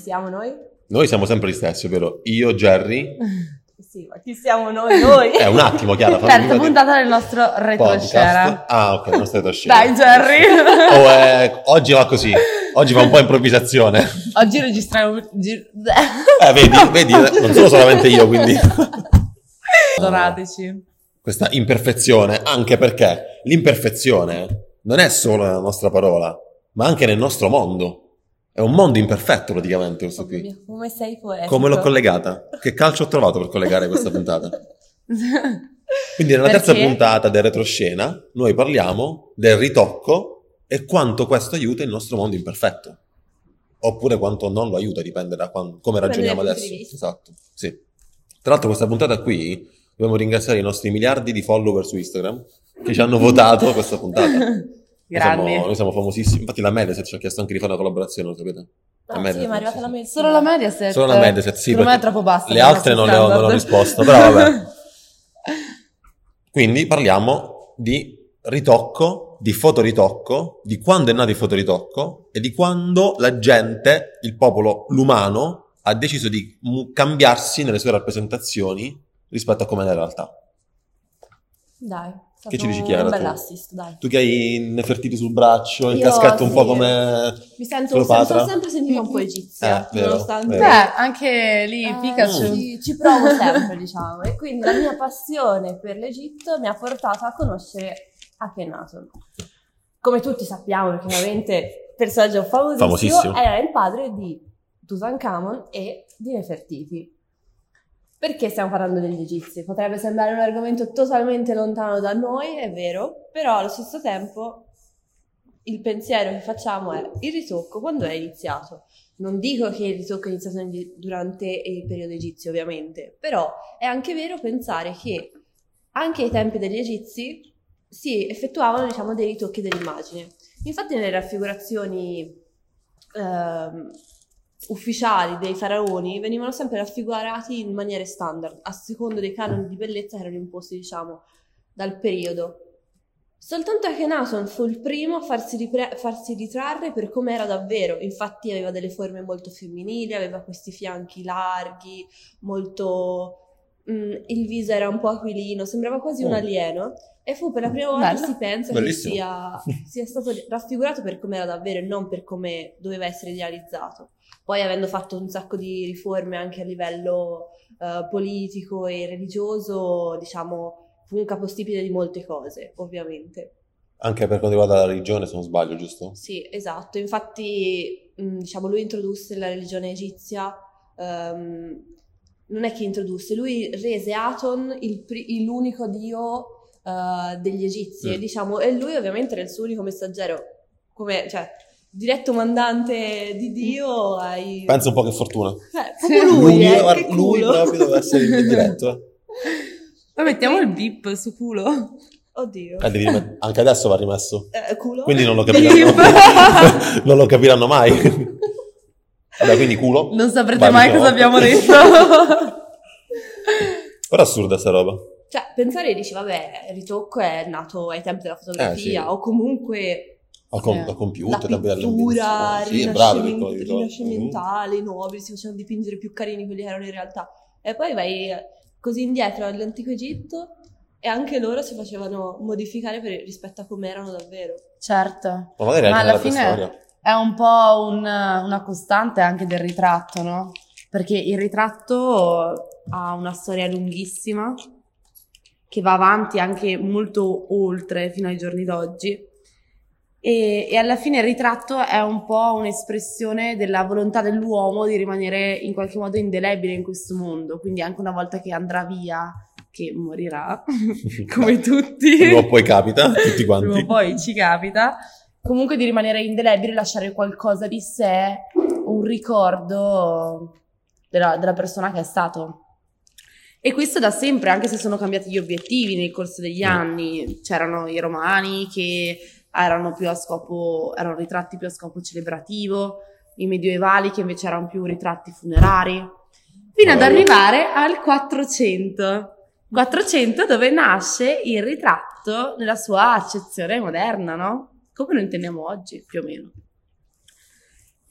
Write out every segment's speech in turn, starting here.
siamo noi? Noi siamo sempre gli stessi, ovvero io, Jerry. Sì, ma chi siamo noi? Noi? Un attimo, Chiara. Terza puntata del nostro retroscena. Ah, ok, il nostro retroscena. Dai, Jerry. Oggi va così. Oggi va un po' improvvisazione. Oggi registriamo... Vedi, non sono solamente io, quindi... Adorateci. Questa imperfezione, anche perché l'imperfezione non è solo nella nostra parola, ma anche nel nostro mondo. È un mondo imperfetto praticamente questo qui. Come sei poetico. Come l'ho collegata? Che calcio ho trovato per collegare questa puntata? Quindi nella terza puntata del retroscena noi parliamo del ritocco e quanto questo aiuta il nostro mondo imperfetto. Oppure quanto non lo aiuta, dipende da come ragioniamo adesso. Esatto, sì. Tra l'altro questa puntata qui dobbiamo ringraziare i nostri miliardi di follower su Instagram che ci hanno votato questa puntata. Grandi. Noi siamo famosissimi. Infatti la Mediaset ci ha chiesto anche di fare una collaborazione, lo sapete? Sì, ma è arrivata la Mediaset. Solo la Mediaset? Solo la Mediaset, sì. Per me è troppo bassa. Le altre non ho risposto, però vabbè. Quindi parliamo di ritocco, di fotoritocco, di quando è nato il fotoritocco e di quando la gente, il popolo, l'umano, ha deciso di cambiarsi nelle sue rappresentazioni rispetto a come è in realtà. Dai. Che ci dici, Chiara? Un bell'assist, dai. Tu che hai i nefertiti sul braccio, il caschetto un po' come mi sono sempre sentita un po' egizia, nonostante... anche lì Pikachu. Ci provo sempre, diciamo. E quindi la mia passione per l'Egitto mi ha portato a conoscere Akhenaton. Come tutti sappiamo, perché ovviamente personaggio famosissimo, era il padre di Tutankhamon e di Nefertiti. Perché stiamo parlando degli egizi? Potrebbe sembrare un argomento totalmente lontano da noi, è vero, però allo stesso tempo il pensiero che facciamo è il ritocco quando è iniziato. Non dico che il ritocco è iniziato durante il periodo egizio, ovviamente, però è anche vero pensare che anche ai tempi degli egizi si effettuavano, diciamo, dei ritocchi dell'immagine. Infatti nelle raffigurazioni ufficiali dei faraoni venivano sempre raffigurati in maniere standard, a secondo dei canoni di bellezza che erano imposti, diciamo, dal periodo. Soltanto Akhenaton fu il primo a farsi ritrarre per come era davvero. Infatti aveva delle forme molto femminili, aveva questi fianchi larghi, molto... il viso era un po' aquilino, sembrava quasi un alieno, e fu per la prima volta si pensa che sia stato raffigurato per come era davvero e non per come doveva essere idealizzato. Poi, avendo fatto un sacco di riforme anche a livello politico e religioso, diciamo, fu un capostipite di molte cose, ovviamente. Anche per quanto riguarda la religione, se non sbaglio, giusto? Sì, esatto. Infatti, diciamo, lui introdusse la religione egizia, non è che introdusse, lui rese Aton l'unico dio degli egizi, diciamo, e lui ovviamente era il suo unico messaggero, come, cioè, diretto mandante di Dio ai... Pensa un po' che fortuna. Lui proprio deve essere il diretto. Poi mettiamo il bip su culo. Oddio. Anche adesso va rimesso. Culo? Quindi non lo capiranno. Non lo capiranno mai. Vabbè, quindi culo. Non saprete mai cosa abbiamo detto. Però è assurda sta roba. Cioè, pensare, dici, vabbè, il ritocco è nato ai tempi della fotografia, sì. O comunque... Al computer, la pittura rinascimentale, i nobili si facevano dipingere più carini quelli che erano in realtà. E poi vai così indietro all'antico Egitto e anche loro si facevano modificare rispetto a come erano davvero. Certo, ma alla fine è un po' una costante anche del ritratto, no? Perché il ritratto ha una storia lunghissima che va avanti anche molto oltre fino ai giorni d'oggi. E alla fine il ritratto è un po' un'espressione della volontà dell'uomo di rimanere in qualche modo indelebile in questo mondo, quindi anche una volta che andrà via, che morirà, come tutti. Prima o poi capita, tutti quanti. Prima o poi ci capita, comunque di rimanere indelebile, lasciare qualcosa di sé, un ricordo della persona che è stato. E questo da sempre, anche se sono cambiati gli obiettivi nel corso degli anni. C'erano i romani che erano ritratti più a scopo celebrativo, i medievali che invece erano più ritratti funerari, fino ad arrivare al 400 dove nasce il ritratto nella sua accezione moderna, no? Come lo intendiamo oggi, più o meno.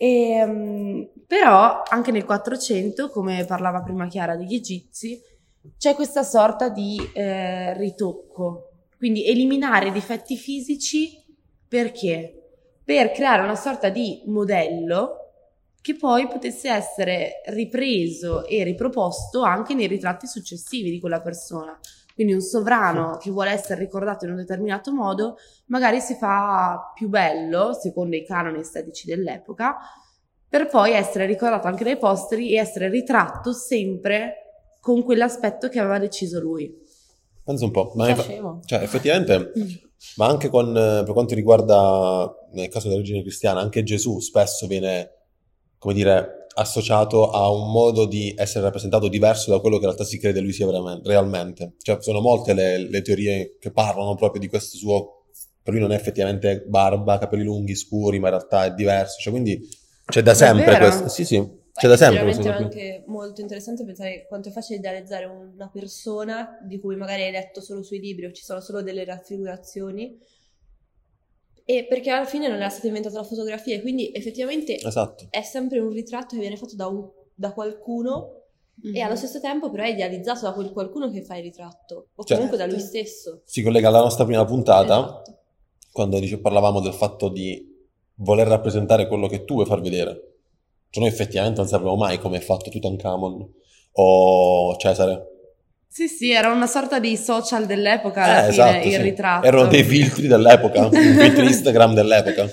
Però anche nel 400, come parlava prima Chiara degli egizi, c'è questa sorta di ritocco, quindi eliminare difetti fisici. Perché? Per creare una sorta di modello che poi potesse essere ripreso e riproposto anche nei ritratti successivi di quella persona. Quindi un sovrano che vuole essere ricordato in un determinato modo magari si fa più bello, secondo i canoni estetici dell'epoca, per poi essere ricordato anche dai posteri e essere ritratto sempre con quell'aspetto che aveva deciso lui. Pensa un po', ma cioè, effettivamente, ma anche per quanto riguarda, nel caso dell'origine cristiana, anche Gesù spesso viene, come dire, associato a un modo di essere rappresentato diverso da quello che in realtà si crede lui sia realmente. Cioè, sono molte le teorie che parlano proprio di questo suo, per lui non è effettivamente barba, capelli lunghi, scuri, ma in realtà è diverso. Cioè, quindi c'è da sempre questo. Sì. C'è da sempre. È anche molto interessante pensare quanto è facile idealizzare una persona di cui magari hai letto solo sui libri o ci sono solo delle raffigurazioni, e perché alla fine non era stata inventata la fotografia, quindi effettivamente è sempre un ritratto che viene fatto da qualcuno, e allo stesso tempo però è idealizzato da quel qualcuno che fa il ritratto, o comunque da lui stesso. Si collega alla nostra prima puntata, quando parlavamo del fatto di voler rappresentare quello che tu vuoi far vedere. Cioè noi effettivamente non sapevamo mai come è fatto Tutankhamon o Cesare. Sì, era una sorta di social dell'epoca alla fine, il ritratto. Erano dei filtri dell'epoca, filtri Instagram dell'epoca.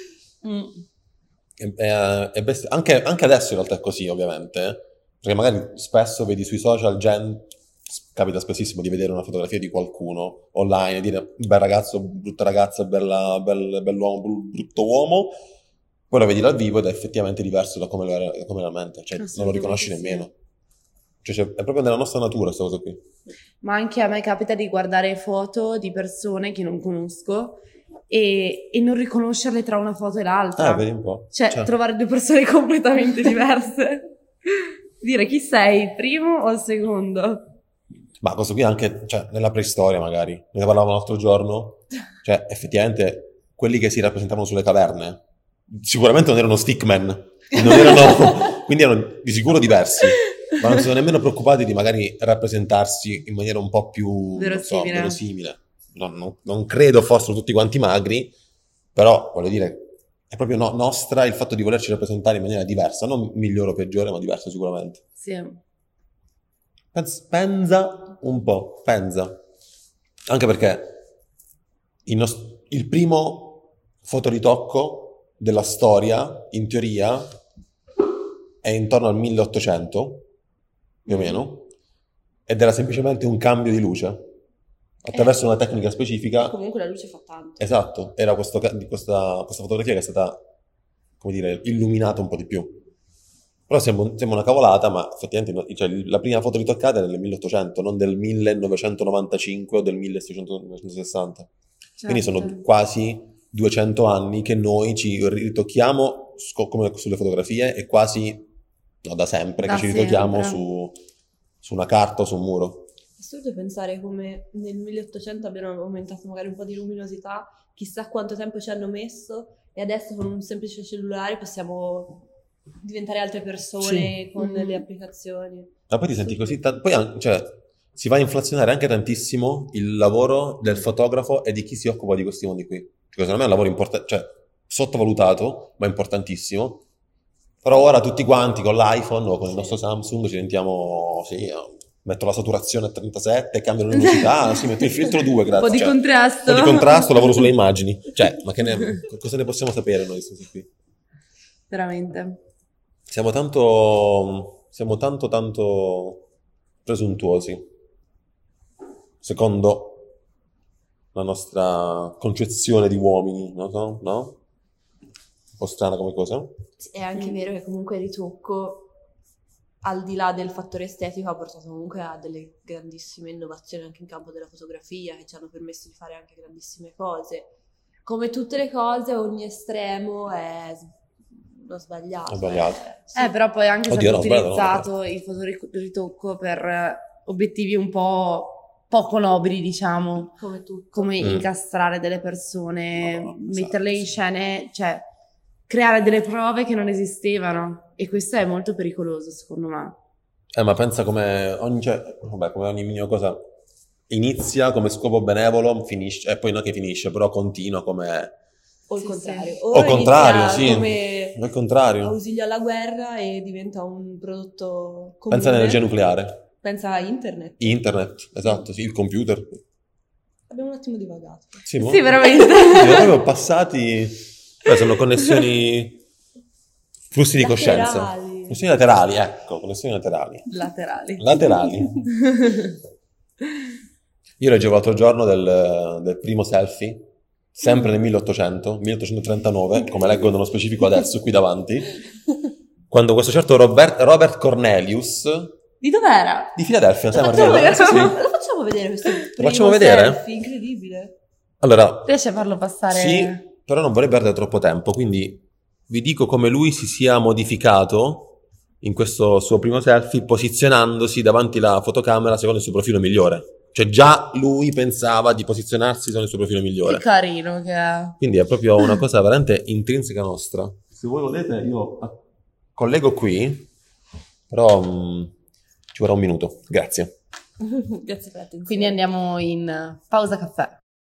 Anche adesso in realtà è così, ovviamente, perché magari spesso vedi sui social capita spessissimo di vedere una fotografia di qualcuno online e dire bel ragazzo, brutta ragazza, bell'uomo, brutto uomo. Poi lo vedi dal vivo ed è effettivamente diverso da come realmente, cioè non lo riconosci nemmeno. Cioè è proprio nella nostra natura questa cosa qui. Ma anche a me capita di guardare foto di persone che non conosco e non riconoscerle tra una foto e l'altra. Vedi un po'. Cioè trovare due persone completamente diverse. Dire chi sei, il primo o il secondo? Ma questo qui anche, cioè, nella preistoria magari, ne parlavamo l'altro giorno, cioè effettivamente quelli che si rappresentavano sulle caverne sicuramente non erano stickman, quindi erano di sicuro diversi, ma non si sono nemmeno preoccupati di magari rappresentarsi in maniera un po' più verosimile. Non credo fossero tutti quanti magri, però voglio dire, è proprio nostra il fatto di volerci rappresentare in maniera diversa, non migliore o peggiore, ma diversa sicuramente. Sì. Pensa un po', anche perché il primo fotoritocco della storia, in teoria, è intorno al 1800, più o meno, ed era semplicemente un cambio di luce attraverso una tecnica specifica. Comunque la luce fa tanto. Esatto, era questa fotografia che è stata, come dire, illuminata un po' di più. Però sembra una cavolata, ma effettivamente cioè, la prima foto ritoccata è nel 1800, non del 1995 o del 1660. Certo. Quindi sono quasi 200 anni che noi ci ritocchiamo come sulle fotografie e quasi da sempre che ci ritocchiamo su una carta o su un muro. È assurdo pensare come nel 1800 abbiano aumentato magari un po' di luminosità, chissà quanto tempo ci hanno messo, e adesso con un semplice cellulare possiamo diventare altre persone con le applicazioni. Ma poi ti senti così poi cioè, si va a inflazionare anche tantissimo il lavoro del fotografo e di chi si occupa di questi mondi qui. Cioè, secondo me è un lavoro importante, cioè sottovalutato, ma importantissimo. Però ora tutti quanti con l'iPhone o con il nostro Samsung ci diventiamo, metto la saturazione a 37, cambio la luminosità, metto il filtro 2, grazie. Un po' di contrasto. Un po' di contrasto, lavoro sulle immagini. Cioè, ma cosa ne possiamo sapere noi questi qui? Veramente. Siamo tanto presuntuosi, secondo la nostra concezione di uomini, no? Un po' strana come cosa. È anche vero che comunque il ritocco, al di là del fattore estetico, ha portato comunque a delle grandissime innovazioni anche in campo della fotografia, che ci hanno permesso di fare anche grandissime cose. Come tutte le cose, ogni estremo è sbagliato. Sì. Però poi anche stato utilizzato il fotoritocco per obiettivi un po' poco nobili, diciamo, come incastrare delle persone, metterle in scene, cioè creare delle prove che non esistevano, e questo è molto pericoloso secondo me. Ma pensa come come ogni minima cosa inizia come scopo benevolo, finisce, e poi non che finisce, però continua come... O il contrario. O il contrario, sì. Come il contrario. ausilio alla guerra e diventa un prodotto comune. Pensa all'energia nucleare. Pensa a internet. Internet, esatto, sì, il computer. Abbiamo un attimo divagato. Sì, veramente. Siamo proprio passati... sono connessioni... Flussi di coscienza. Connessioni laterali, ecco, connessioni laterali. Laterali. Io leggevo l'altro giorno del primo selfie, sempre nel 1839, come leggo nello specifico adesso qui davanti, quando questo certo Robert Cornelius... Di dov'era? Di Filadelfia, sai Lo facciamo vedere questo primo selfie, incredibile. Allora, riesci a farlo passare? Sì, però non vorrei perdere troppo tempo, quindi vi dico come lui si sia modificato in questo suo primo selfie, posizionandosi davanti alla fotocamera secondo il suo profilo migliore. Cioè già lui pensava di posizionarsi secondo il suo profilo migliore. Che carino che è. Quindi è proprio una cosa veramente intrinseca nostra. Se voi volete io collego qui, però ci vorrà un minuto. Grazie. Grazie per l'attenzione. Quindi andiamo in pausa caffè.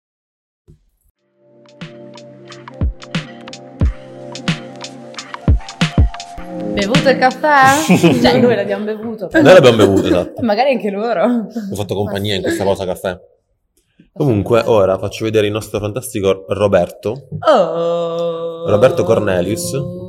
Bevuto il caffè? Cioè, noi l'abbiamo bevuto. Noi l'abbiamo bevuto, esatto. Magari anche loro. Ho fatto compagnia in questa pausa caffè. Comunque, ora faccio vedere il nostro fantastico Roberto. Roberto Cornelius.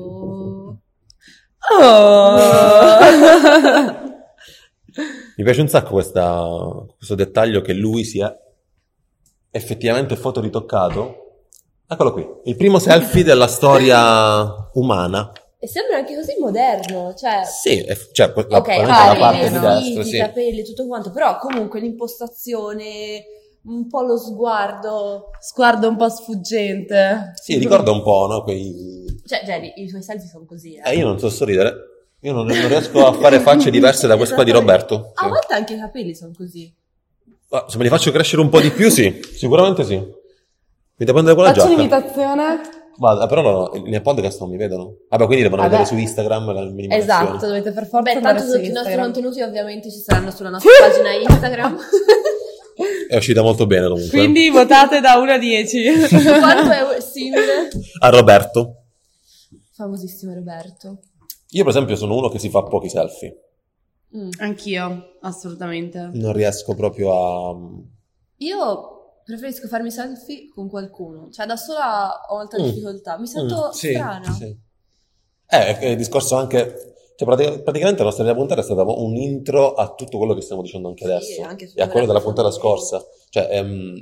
Mi piace un sacco questo dettaglio che lui sia effettivamente fotoritoccato. Eccolo qui, il primo selfie della storia umana. E sembra anche così moderno, cioè... Sì, cioè la parte di destra, sì. I capelli, tutto quanto, però comunque l'impostazione, un po' lo sguardo un po' sfuggente. Sì, ricorda un po', no? Quei... Cioè, Jerry, i tuoi selfie sono così, io non so sorridere. Io non riesco a fare facce diverse da questa qua di Roberto. A volte anche i capelli sono così. Ma se me li faccio crescere un po' di più, sì. Sicuramente sì. Mi devo prendere quella giacca. Faccio un'imitazione? Ma però no, nel podcast non mi vedono. Vabbè, quindi devono vedere su Instagram la minima. Esatto, dovete per forza andare tanto su tutti i nostri Instagram. contenuti ovviamente ci saranno sulla nostra pagina Instagram. È uscita molto bene comunque. Quindi votate da 1 a 10. Quanto è simile? A Roberto. Famosissimo Roberto. Io per esempio sono uno che si fa pochi selfie. Anch'io, assolutamente. Non riesco proprio a... Io preferisco farmi selfie con qualcuno. Cioè da sola ho molta difficoltà. Mi sento strana. Sì. È il discorso anche... Cioè praticamente la nostra prima puntata è stata un intro a tutto quello che stiamo dicendo anche adesso. Anche e a quello della puntata scorsa. Cioè,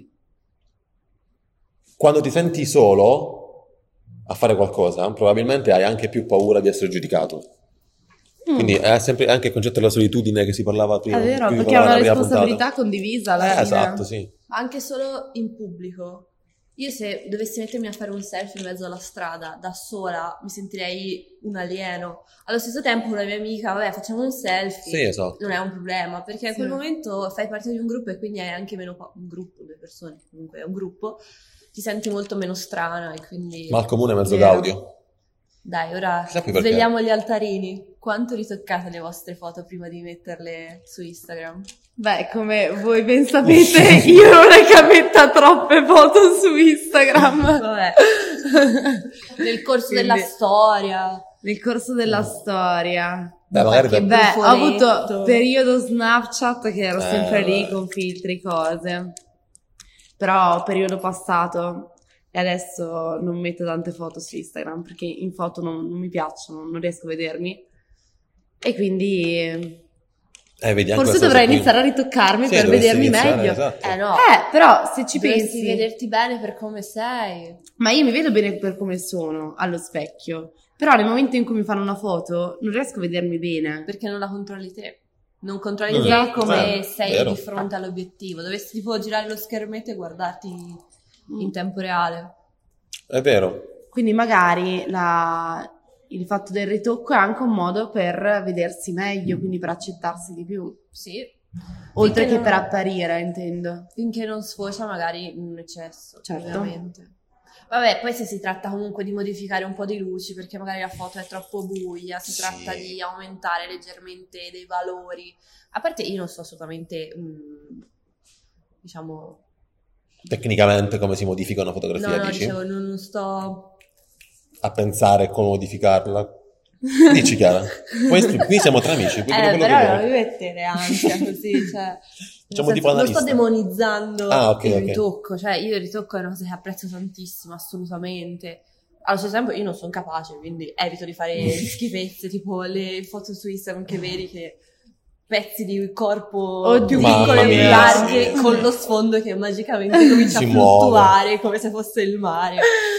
quando ti senti solo a fare qualcosa, probabilmente hai anche più paura di essere giudicato. Quindi è sempre anche il concetto della solitudine che si parlava prima. È vero, perché è una responsabilità condivisa alla fine. Esatto, sì. Anche solo in pubblico. Io se dovessi mettermi a fare un selfie in mezzo alla strada, da sola, mi sentirei un alieno. Allo stesso tempo una mia amica, vabbè, facciamo un selfie. Sì, esatto. Non è un problema, perché in quel momento fai parte di un gruppo e quindi hai anche meno un gruppo, 2 persone, comunque è un gruppo, ti senti molto meno strana e quindi... Ma al comune mezzo gaudio. Dai, ora svegliamo gli altarini. Quanto ritoccate le vostre foto prima di metterle su Instagram? Beh, come voi ben sapete, io non è che metta troppe foto su Instagram. Vabbè. Nel corso della storia. Nel corso della storia. Beh, magari ho avuto periodo Snapchat che ero sempre lì con filtri, cose. Però periodo passato... E adesso non metto tante foto su Instagram perché in foto non mi piacciono, non riesco a vedermi. E quindi forse dovrei iniziare a ritoccarmi per vedermi meglio. Esatto. No. Però se ci dovresti pensi... vederti bene per come sei. Ma io mi vedo bene per come sono, allo specchio. Però nel momento in cui mi fanno una foto non riesco a vedermi bene. Perché non la controlli te. Non controlli te come sei di fronte all'obiettivo. Dovresti tipo girare lo schermetto e guardarti... in tempo reale. È vero. Quindi magari il fatto del ritocco è anche un modo per vedersi meglio, quindi per accettarsi di più. Sì. Oltre che per apparire, intendo. Finché non sfocia magari in un eccesso. Certo. Ovviamente. Vabbè, poi se si tratta comunque di modificare un po' di luci perché magari la foto è troppo buia, si tratta di aumentare leggermente dei valori. A parte io non so assolutamente, diciamo... Tecnicamente come si modifica una fotografia, no, dici? dicevo, non sto... A pensare come modificarla. Dici, Chiara. Qui siamo tra amici. Però non mi mettere ansia così, cioè... non sto demonizzando il ritocco, cioè io il ritocco è una cosa che apprezzo tantissimo, assolutamente. Allo stesso tempo io non sono capace, quindi evito di fare schifezze, tipo le foto su Instagram che vedi che pezzi di corpo più piccole e larghe con lo sfondo che magicamente comincia a fluttuare come se fosse il mare.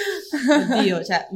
Oddio, cioè...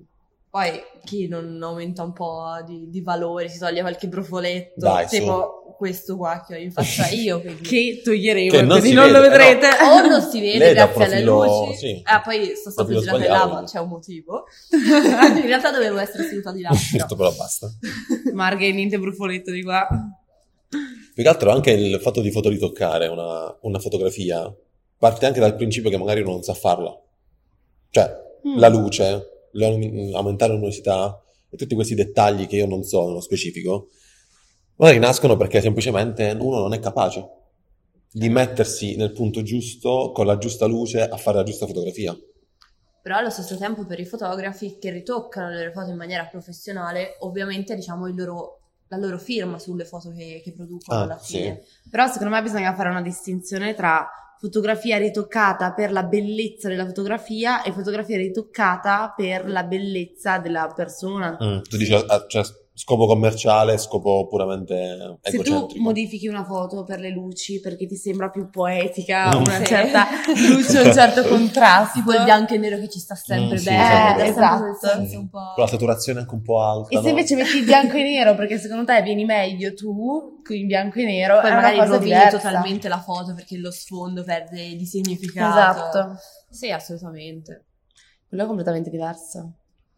Poi chi non aumenta un po' di valore, si toglie qualche brufoletto, dai, tipo questo qua che ho in faccia io, quindi... che toglieremo, che quindi non lo vedrete. O non si vede grazie alle luci. Sì. Poi sto sempre girando in là, ma c'è un motivo. In realtà dovevo essere seduta di là. Però basta. Marghe, niente brufoletto di qua. Più che altro anche il fatto di fotoritoccare una fotografia parte anche dal principio che magari uno non sa farla. Cioè, la luce... aumentare la luminosità e tutti questi dettagli che io non so nello specifico magari nascono perché semplicemente uno non è capace di mettersi nel punto giusto con la giusta luce a fare la giusta fotografia. Però allo stesso tempo per i fotografi che ritoccano le loro foto in maniera professionale ovviamente diciamo la loro firma sulle foto che producono alla fine. Però secondo me bisogna fare una distinzione tra fotografia ritoccata per la bellezza della fotografia e fotografia ritoccata per la bellezza della persona. Tu dici, cioè, scopo commerciale, scopo puramente egocentrico. Se tu modifichi una foto per le luci perché ti sembra più poetica, una certa luce, un certo contrasto, tipo il bianco e nero che ci sta sempre bene, esatto. Un po'... Con la saturazione anche un po' alta. E se invece metti il bianco e nero perché secondo te vieni meglio tu in bianco e nero, poi è magari una cosa rovini diversa. totalmente la foto perché lo sfondo perde di significato. Esatto. Sì, assolutamente. Quello è completamente diverso.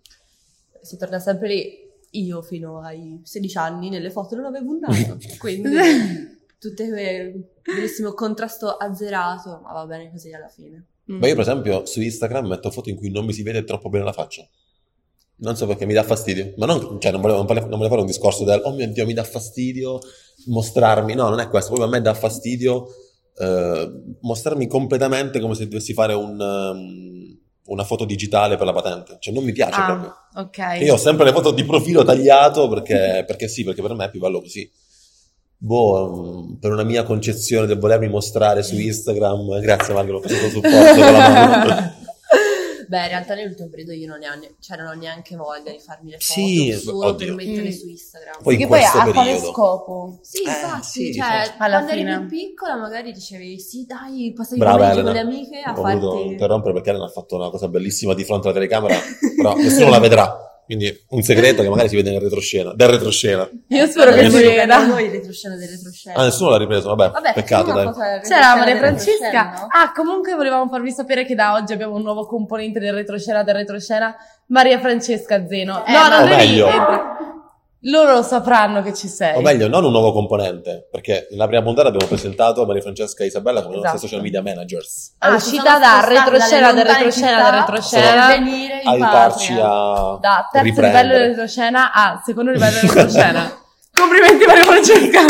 Si torna sempre lì. Io fino ai 16 anni nelle foto non avevo un naso, quindi tutte bellissimo contrasto azzerato, ma va bene così alla fine. Ma io per esempio su Instagram metto foto in cui non mi si vede troppo bene la faccia. Non so perché mi dà fastidio, ma non volevo fare un discorso del oh mio Dio mi dà fastidio mostrarmi, no non è questo, proprio a me dà fastidio mostrarmi completamente come se dovessi fare una foto digitale per la patente, cioè non mi piace proprio. Ok. Io ho sempre le foto di profilo tagliato perché per me è più bello così. Per una mia concezione del volermi mostrare su Instagram, grazie Marco, per il tuo supporto con la mano. Beh, in realtà nell'ultimo periodo io non ho neanche voglia di farmi le foto solo per metterle su Instagram. Poi che in poi questo a periodo. quale scopo? Sì, infatti, alla quando fine. eri più piccola magari dicevi sì dai, passavi Brava con Elena. le amiche a Ho voluto farti... interrompere perché Elena ha fatto una cosa bellissima di fronte alla telecamera, però nessuno la vedrà. Quindi un segreto che magari si vede nel retroscena. Io spero che si veda. Noi il retroscena del retroscena. Nessuno l'ha ripreso, vabbè peccato dai. C'era Maria Francesca. No? Comunque volevamo farvi sapere che da oggi abbiamo un nuovo componente del retroscena, Maria Francesca Zeno. non è lì. Loro lo sapranno che ci sei. O meglio, non un nuovo componente, perché nella prima puntata abbiamo presentato Maria Francesca e Isabella come nostre social media managers. È uscita da retroscena del retroscena per venire in aiutarci da terzo riprendere. livello del retroscena a secondo livello del retroscena. Complimenti Maria Francesca.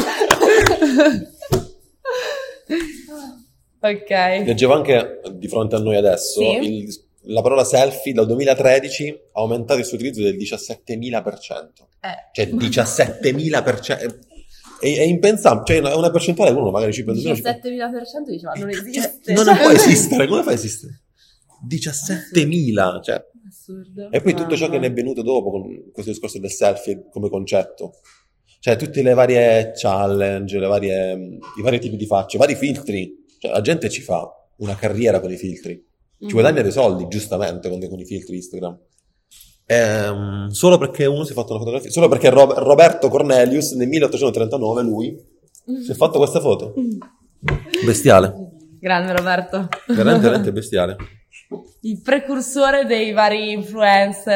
Ok. Leggevo anche di fronte a noi adesso la parola selfie dal 2013 ha aumentato il suo utilizzo del 17.000%. Cioè 17.000%. È impensabile, cioè è una percentuale uno magari ci prende 17.000% dice ma non esiste. Non può esistere, come fa a esistere? 17.000, cioè. Assurdo. E poi tutto ciò che ne è venuto dopo con questo discorso del selfie come concetto. Cioè tutte le varie challenge, i vari tipi di facce, i vari filtri. Cioè la gente ci fa una carriera con i filtri. Ci guadagna dei soldi, giustamente, con i filtri Instagram. Solo perché uno si è fatto una fotografia. Solo perché Roberto Cornelius, nel 1839, lui, si è fatto questa foto. Bestiale. Grande Roberto. Veramente bestiale. Il precursore dei vari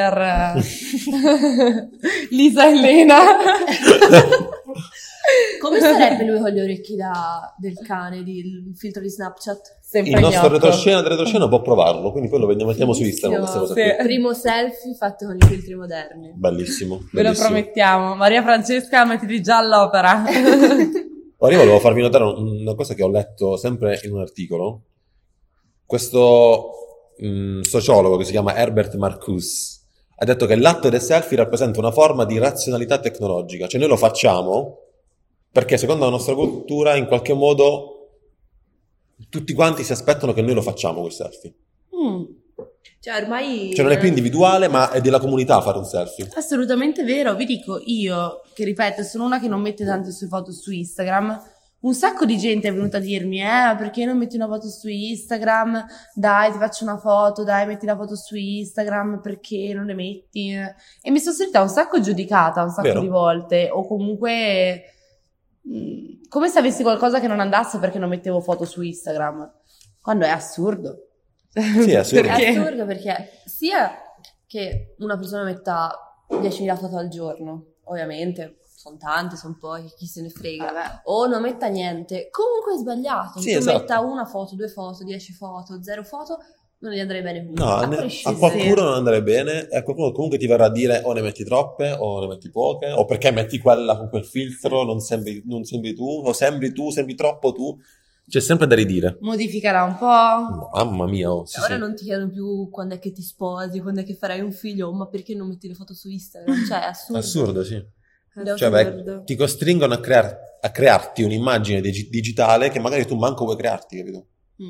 influencer. Lisa e Elena. Come Come sarebbe lui con gli orecchi del cane, il filtro di Snapchat? Il nostro retroscena può provarlo, quindi poi lo mettiamo su Instagram questa cosa qui. Primo selfie fatto con i filtri moderni. Bellissimo. Ve lo promettiamo. Maria Francesca, mettiti già all'opera. Ora io volevo farvi notare una cosa che ho letto sempre in un articolo. Questo sociologo che si chiama Herbert Marcuse ha detto che l'atto del selfie rappresenta una forma di razionalità tecnologica, cioè noi lo facciamo perché secondo la nostra cultura in qualche modo tutti quanti si aspettano che noi lo facciamo quel selfie. Cioè ormai... Cioè non è più individuale, ma è della comunità fare un selfie. Assolutamente vero, vi dico io, che ripeto, sono una che non mette tante sue foto su Instagram, un sacco di gente è venuta a dirmi, perché non metti una foto su Instagram? Dai, ti faccio una foto, dai, metti la foto su Instagram, perché non le metti? E mi sono sentita un sacco giudicata un sacco di volte, o comunque come se avessi qualcosa che non andasse perché non mettevo foto su Instagram, quando è assurdo. Sì, è assurdo. È assurdo perché sia che una persona metta 10.000 foto al giorno, ovviamente sono tante, sono poche, chi se ne frega, o non metta niente, comunque è sbagliato. Sì, se esatto. Metta una foto, 2 foto, 10 foto, 0 foto, non gli andrei bene No, a qualcuno non andrebbe bene, e a qualcuno comunque ti verrà a dire o ne metti troppe o ne metti poche, o perché metti quella con quel filtro, non sembri tu, o sembri troppo tu. C'è sempre da ridire. Modificherà un po'. Mamma mia. Sì, ora non ti chiedono più quando è che ti sposi, quando è che farai un figlio, ma perché non metti le foto su Instagram? Cioè, è assurdo. Assurdo, sì. Cioè, ti costringono a crearti un'immagine digitale che magari tu manco vuoi crearti, capito?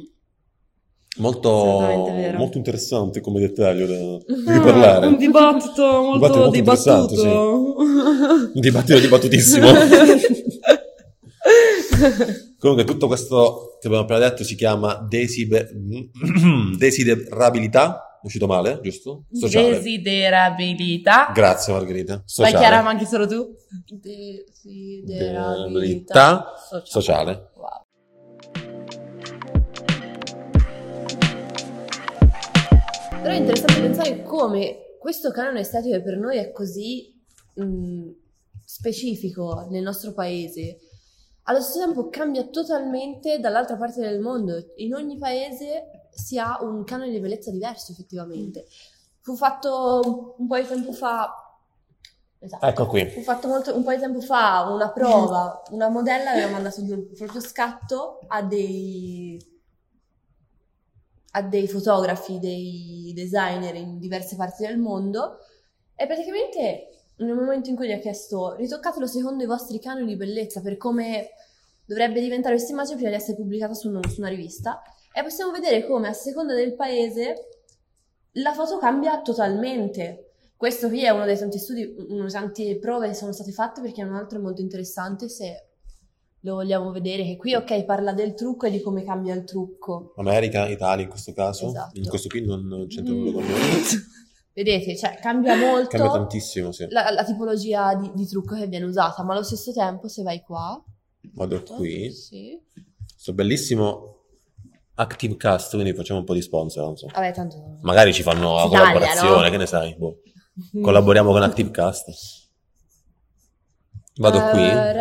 Molto interessante come dettaglio di parlare. Un dibattito molto dibattuto. Sì. Un dibattito dibattutissimo. Comunque tutto questo che abbiamo appena detto si chiama desiderabilità, è uscito male, giusto? Sociale. Desiderabilità. Grazie Margherita. Sociale. Vai Chiara, ma anche solo tu? Desiderabilità sociale. Wow. Però è interessante pensare come questo canone estetico per noi è così specifico nel nostro paese. Allo stesso tempo cambia totalmente dall'altra parte del mondo. In ogni paese si ha un canone di bellezza diverso effettivamente. Fu fatto un po' di tempo fa... Esatto. Ecco qui. Fu fatto un po' di tempo fa una prova, una modella aveva mandato il proprio scatto a dei fotografi, dei designer in diverse parti del mondo, e praticamente nel momento in cui gli ha chiesto ritoccatelo secondo i vostri canoni di bellezza per come dovrebbe diventare questa immagine prima di essere pubblicata su una rivista, e possiamo vedere come a seconda del paese la foto cambia totalmente. Questo qui è uno dei tanti studi, tante prove che sono state fatte, perché un altro è molto interessante se lo vogliamo vedere, che qui parla del trucco e di come cambia il trucco. America, Italia in questo caso, esatto. In questo qui non c'entra nulla con noi. Vedete, cioè cambia molto. Cambia tantissimo, sì. La tipologia di trucco che viene usata, ma allo stesso tempo se vai qua... Vado qui. Sì. Questo bellissimo Active Cast, quindi facciamo un po' di sponsor, non so. Vabbè, tanto... Magari ci fanno una collaborazione, no? Che ne sai? Boh. Collaboriamo con Active Cast. Vado qui.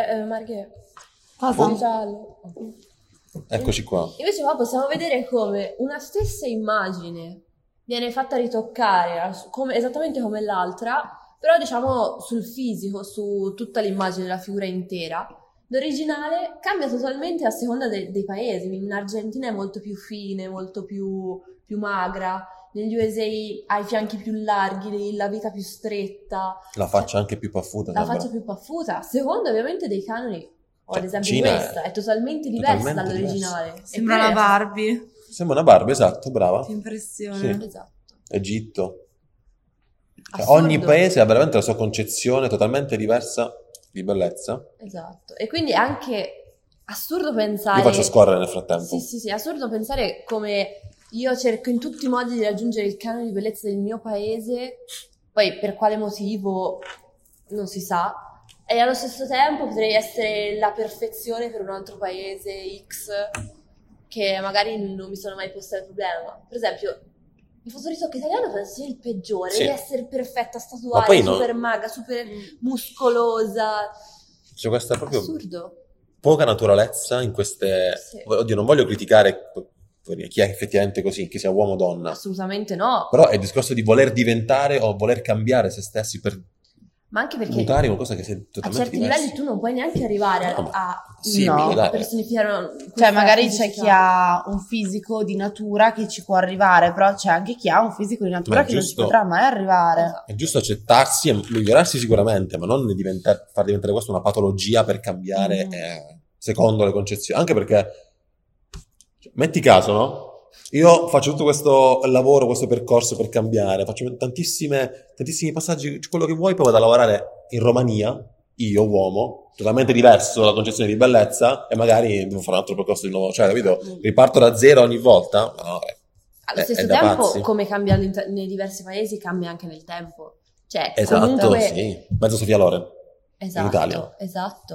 Giallo. Eccoci qua. Invece qua possiamo vedere come una stessa immagine viene fatta ritoccare esattamente come l'altra, però diciamo sul fisico, su tutta l'immagine della figura intera. L'originale cambia totalmente a seconda dei paesi. In Argentina è molto più fine, molto più magra. Negli USA ha i fianchi più larghi, la vita più stretta. La faccia anche più paffuta. La faccia più paffuta. Secondo ovviamente dei canoni, ad esempio questa, è totalmente diversa dall'originale. Sembra una Barbie. Sembra una Barbie, esatto, brava. Che impressione. Sì. Esatto. Egitto. Cioè, ogni paese ha veramente la sua concezione totalmente diversa di bellezza. Esatto. E quindi è anche assurdo pensare... Io faccio scorrere nel frattempo. Sì, è assurdo pensare come io cerco in tutti i modi di raggiungere il canone di bellezza del mio paese, poi per quale motivo non si sa, e allo stesso tempo potrei essere la perfezione per un altro paese X che magari non mi sono mai posta il problema. Per esempio, il fotoritocco italiano penso sia il peggiore, sì. Devi essere perfetta, statuale, super magra, super muscolosa. Cioè questa è proprio... Assurdo. poca naturalezza in queste... Sì. Oddio, non voglio criticare chi è effettivamente così, che sia uomo o donna. Assolutamente no. Però è il discorso di voler diventare o voler cambiare se stessi per Ma anche perché mutare qualcosa che sei a totalmente certi diverso. livelli tu non puoi neanche arrivare No, a sì, no, dai. personificare Cioè questa magari c'è fisicità. chi ha un fisico di natura che ci può arrivare, però c'è anche chi ha un fisico di natura Ma è che non ci giusto. potrà mai arrivare. Esatto. È giusto accettarsi e migliorarsi sicuramente, ma non far diventare questo una patologia per cambiare secondo le concezioni. Anche perché, metti caso, no? Io faccio tutto questo lavoro, questo percorso per cambiare, faccio tantissimi passaggi, quello che vuoi, poi vado a lavorare in Romania, io uomo, totalmente diverso dalla concezione di bellezza, e magari devo fare un altro percorso di nuovo, cioè, capito? Riparto da zero ogni volta? No, Allo stesso è da tempo, pazzi. come cambia nei diversi paesi, cambia anche nel tempo. Cioè, Esatto, comunque... sì. Mezzo Sofia Loren. Esatto, in Italia. esatto.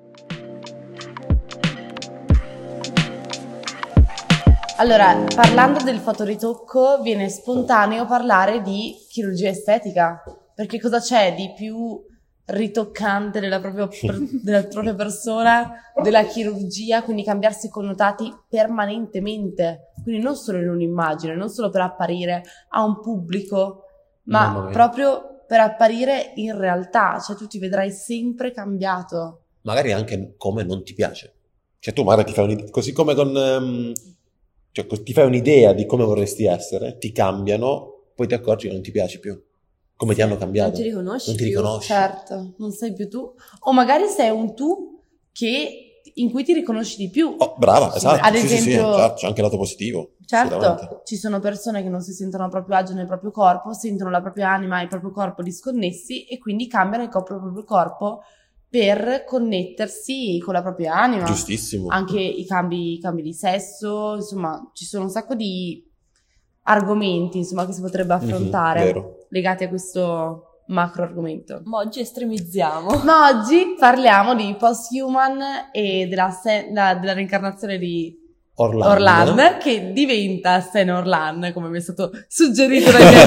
Allora, parlando del fotoritocco, viene spontaneo parlare di chirurgia estetica, perché cosa c'è di più ritoccante della propria persona, della chirurgia, quindi cambiarsi i connotati permanentemente, quindi non solo in un'immagine, non solo per apparire a un pubblico, Mamma ma mia. proprio per apparire in realtà, cioè tu ti vedrai sempre cambiato. Magari anche come non ti piace. Cioè tu magari ti fai un'idea, così come con... cioè ti fai un'idea di come vorresti essere, ti cambiano, poi ti accorgi che non ti piaci più. Come ti hanno cambiato. Non ti riconosci Non ti più. riconosci. Certo, non sei più tu, o magari sei un tu in cui ti riconosci di più. Oh, brava, Sì, esatto. ad Sì, sì, esempio- certo, c'è anche il lato positivo. Certo, sicuramente. ci sono persone che non si sentono a proprio agio nel proprio corpo, sentono la propria anima e il proprio corpo disconnessi e quindi cambiano il proprio corpo per connettersi con la propria anima. Giustissimo. Anche i cambi di sesso, insomma, ci sono un sacco di argomenti, insomma, che si potrebbe affrontare vero. legati a questo macro argomento. Ma oggi estremizziamo. Ma oggi parliamo di Posthuman e della reincarnazione di Orlan, che diventa Sen Orlan, come mi è stato suggerito dai miei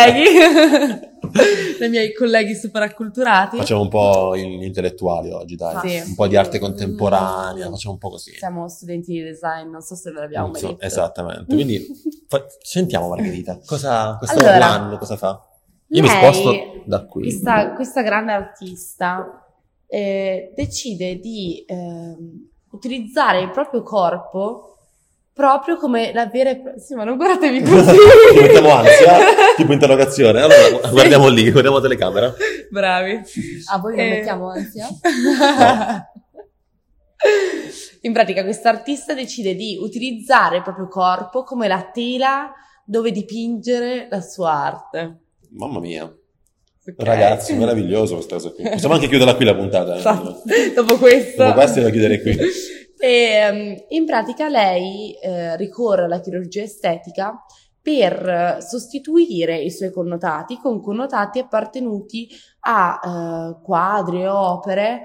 colleghi super acculturati. Facciamo un po' gli intellettuali oggi, dai. Sì. Un po' di arte contemporanea, facciamo un po' così. Siamo studenti di design, non so se ve l'abbiamo Non mai so, detto. esattamente. Quindi sentiamo Margherita, questa Allora, Orlan cosa fa? Io mi lei, sposto da qui. questa grande artista decide di utilizzare il proprio corpo proprio come la vera e propria... Sì, ma non guardatevi così! Ci mettiamo ansia, tipo interrogazione. Allora, guardiamo lì, guardiamo la telecamera. Bravi. A voi non mettiamo ansia? In pratica questa artista decide di utilizzare il proprio corpo come la tela dove dipingere la sua arte. Mamma mia. Ok. Ragazzi, meraviglioso questa cosa qui. Possiamo anche chiuderla qui la puntata. Dopo questo. Dopo questo devo chiudere qui. E, in pratica lei ricorre alla chirurgia estetica per sostituire i suoi connotati con connotati appartenuti a quadri e opere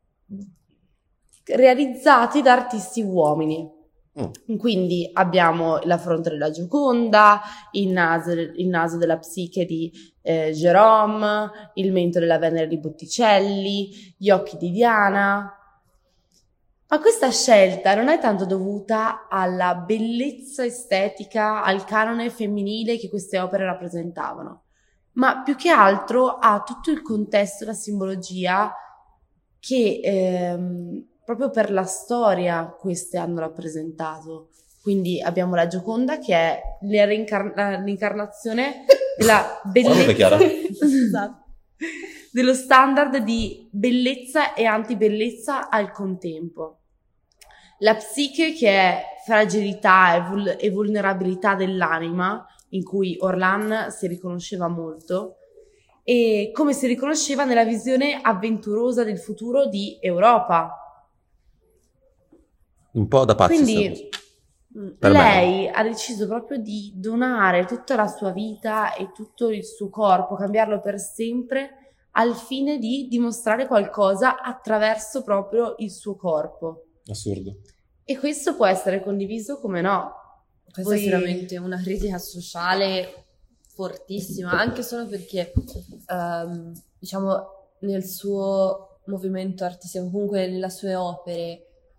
realizzati da artisti uomini. Quindi abbiamo la fronte della Gioconda, il naso della Psiche di Gérôme, il mento della Venere di Botticelli, gli occhi di Diana. Ma questa scelta non è tanto dovuta alla bellezza estetica, al canone femminile che queste opere rappresentavano, ma più che altro a tutto il contesto e la simbologia che proprio per la storia queste hanno rappresentato. Quindi abbiamo la Gioconda che è l'incarnazione della Guarda, Chiara. bellezza, esatto, dello standard di bellezza e antibellezza al contempo. La Psiche che è fragilità e vulnerabilità dell'anima, in cui Orlan si riconosceva molto, e come si riconosceva nella visione avventurosa del futuro di Europa. Un po' da pazzi. Quindi Per lei ha deciso proprio di donare tutta la sua vita e tutto il suo corpo, cambiarlo per sempre, al fine di dimostrare qualcosa attraverso proprio il suo corpo. Assurdo. E questo può essere condiviso come no. Questa è sicuramente una critica sociale fortissima, anche solo perché, diciamo, nel suo movimento artistico, comunque nelle sue opere,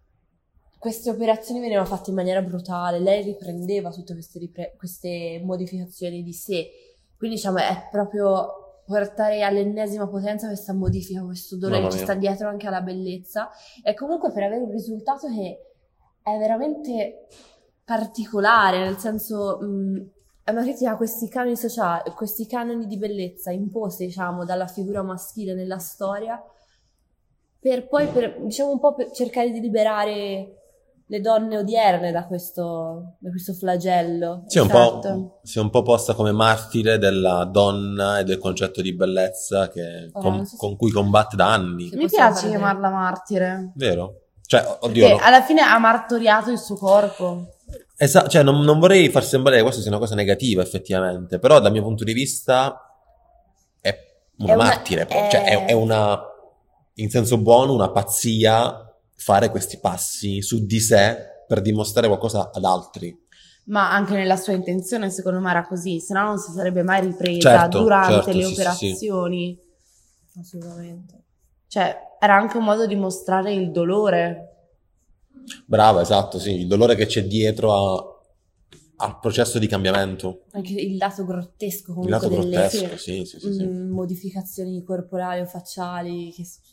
queste operazioni venivano fatte in maniera brutale, lei riprendeva tutte queste modificazioni di sé, quindi diciamo è proprio portare all'ennesima potenza questa modifica, questo dolore che ci sta dietro anche alla bellezza, e comunque per avere un risultato che è veramente particolare, nel senso è una critica a questi canoni sociali, questi canoni di bellezza imposti, diciamo, dalla figura maschile nella storia, per poi diciamo un po' per cercare di liberare le donne odierne da questo flagello. Si è un po' posta come martire della donna e del concetto di bellezza con cui combatte da anni. Mi piace chiamarla martire. Vero? Cioè, oddio. Perché alla fine ha martoriato il suo corpo. Esatto, cioè non vorrei far sembrare che questa sia una cosa negativa effettivamente, però dal mio punto di vista è una martire, cioè è una, in senso buono, una pazzia fare questi passi su di sé per dimostrare qualcosa ad altri. Ma anche nella sua intenzione secondo me era così, se no non si sarebbe mai ripresa durante le operazioni. Sì. Assolutamente. Cioè era anche un modo di mostrare il dolore. Brava, esatto, sì, il dolore che c'è dietro al processo di cambiamento. Anche il lato grottesco comunque, il lato grottesco, sì. Modificazioni corporali o facciali,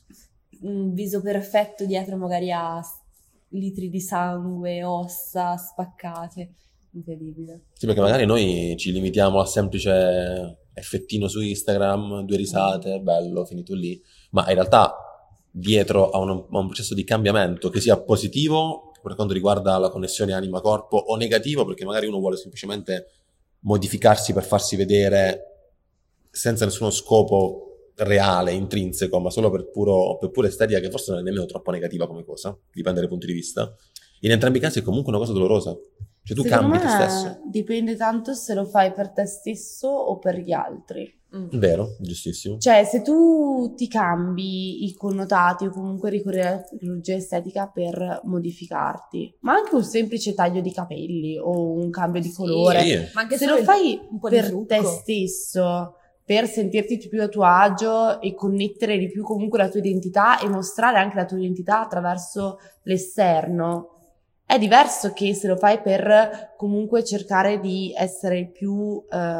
un viso perfetto dietro magari a litri di sangue, ossa spaccate, incredibile. Sì, perché magari noi ci limitiamo al semplice effettino su Instagram, 2 risate, bello, finito lì, ma in realtà dietro a un processo di cambiamento che sia positivo per quanto riguarda la connessione anima-corpo o negativo perché magari uno vuole semplicemente modificarsi per farsi vedere senza nessuno scopo reale, intrinseco, ma solo per pura estetica, che forse non è nemmeno troppo negativa come cosa, dipende dai punti di vista. In entrambi i casi è comunque una cosa dolorosa, cioè tu cambi te stesso. Dipende tanto se lo fai per te stesso o per gli altri. Vero, giustissimo. Cioè, se tu ti cambi i connotati o comunque ricorri alla chirurgia estetica per modificarti, ma anche un semplice taglio di capelli o un cambio di colore, sì. Ma anche se lo fai per te stesso, per sentirti più a tuo agio e connettere di più comunque la tua identità e mostrare anche la tua identità attraverso l'esterno, è diverso che se lo fai per comunque cercare di essere più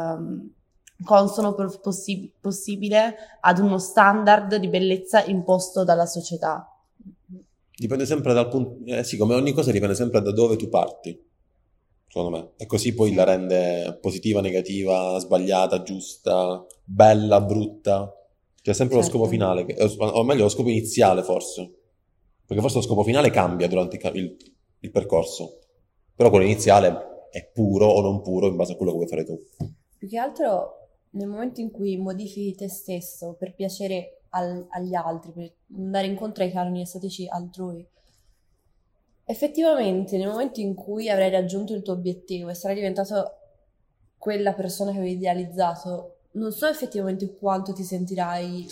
consono possibile ad uno standard di bellezza imposto dalla società. Dipende sempre dal punto, sì, come ogni cosa dipende sempre da dove tu parti, secondo me, e così poi la rende positiva, negativa, sbagliata, giusta, bella, brutta. C'è sempre lo scopo finale, o meglio lo scopo iniziale forse, perché forse lo scopo finale cambia durante il percorso, però quello iniziale è puro o non puro in base a quello che vuoi fare tu. Più che altro nel momento in cui modifichi te stesso per piacere agli altri, per andare incontro ai canoni estetici altrui, effettivamente nel momento in cui avrai raggiunto il tuo obiettivo e sarai diventato quella persona che avevi idealizzato, non so effettivamente quanto ti sentirai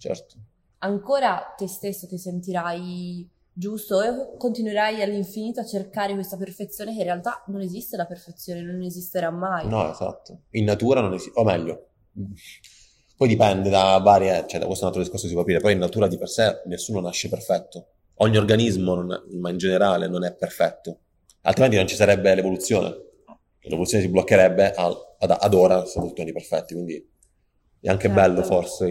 ancora te stesso, ti sentirai giusto, o continuerai all'infinito a cercare questa perfezione che in realtà non esiste. La perfezione non esisterà mai. No, esatto. In natura non esiste, o meglio, poi dipende da varie, cioè da questo altro discorso si può capire, però in natura di per sé nessuno nasce perfetto. Ogni organismo, ma in generale, non è perfetto. Altrimenti non ci sarebbe l'evoluzione. L'evoluzione si bloccherebbe ad ora, siamo tutti perfetti, quindi è anche bello forse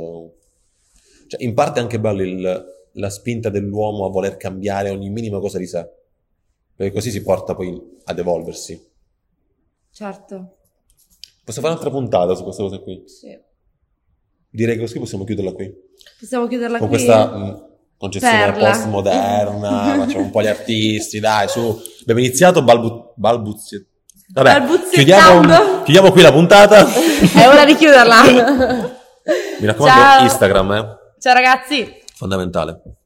cioè in parte è anche bello la spinta dell'uomo a voler cambiare ogni minima cosa di sé, perché così si porta poi ad evolversi. Certo. Posso fare un'altra puntata su questa cosa qui? Sì. Direi che così possiamo chiuderla qui. Con questa concezione postmoderna, facciamo un po' gli artisti, dai, su. Abbiamo iniziato balbuziando. Vabbè, chiudiamo qui la puntata. È ora di chiuderla. Mi raccomando, Instagram, Ciao ragazzi. Fondamentale.